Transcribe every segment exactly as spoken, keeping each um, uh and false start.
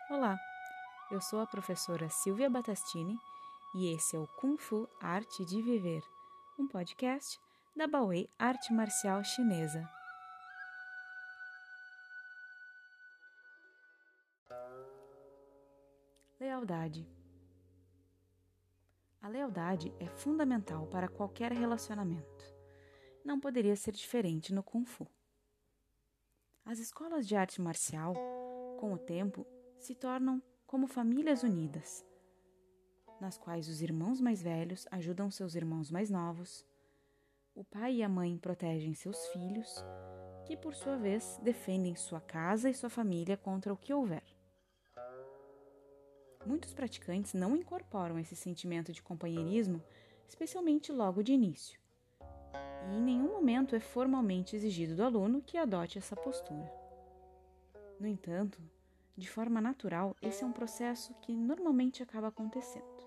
Olá, eu sou a professora Silvia Battastini e esse é o Kung Fu Arte de Viver, um podcast da Baoei Arte Marcial Chinesa. Lealdade. A lealdade é fundamental para qualquer relacionamento. Não poderia ser diferente no Kung Fu. As escolas de arte marcial, com o tempo, se tornam como famílias unidas, nas quais os irmãos mais velhos ajudam seus irmãos mais novos, o pai e a mãe protegem seus filhos, que por sua vez defendem sua casa e sua família contra o que houver. Muitos praticantes não incorporam esse sentimento de companheirismo, especialmente logo de início, e em nenhum momento é formalmente exigido do aluno que adote essa postura. No entanto, de forma natural, esse é um processo que normalmente acaba acontecendo.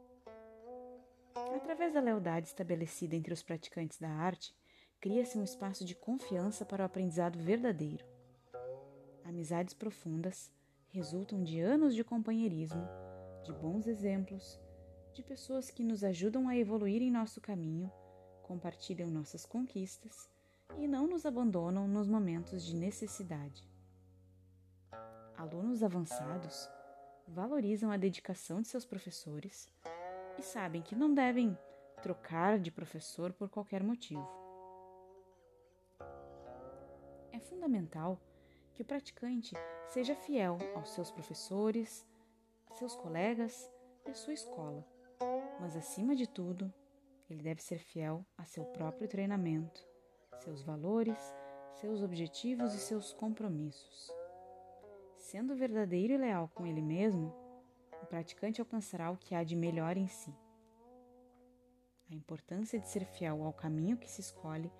Através da lealdade estabelecida entre os praticantes da arte, cria-se um espaço de confiança para o aprendizado verdadeiro. Amizades profundas resultam de anos de companheirismo, de bons exemplos, de pessoas que nos ajudam a evoluir em nosso caminho, compartilham nossas conquistas e não nos abandonam nos momentos de necessidade. Alunos avançados valorizam a dedicação de seus professores e sabem que não devem trocar de professor por qualquer motivo. É fundamental que o praticante seja fiel aos seus professores, seus colegas e à sua escola, mas acima de tudo, ele deve ser fiel a seu próprio treinamento, seus valores, seus objetivos e seus compromissos. Sendo verdadeiro e leal com ele mesmo, o praticante alcançará o que há de melhor em si. A importância de ser fiel ao caminho que se escolhe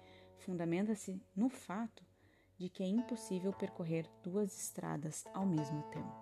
fundamenta-se no fato de que é impossível percorrer duas estradas ao mesmo tempo.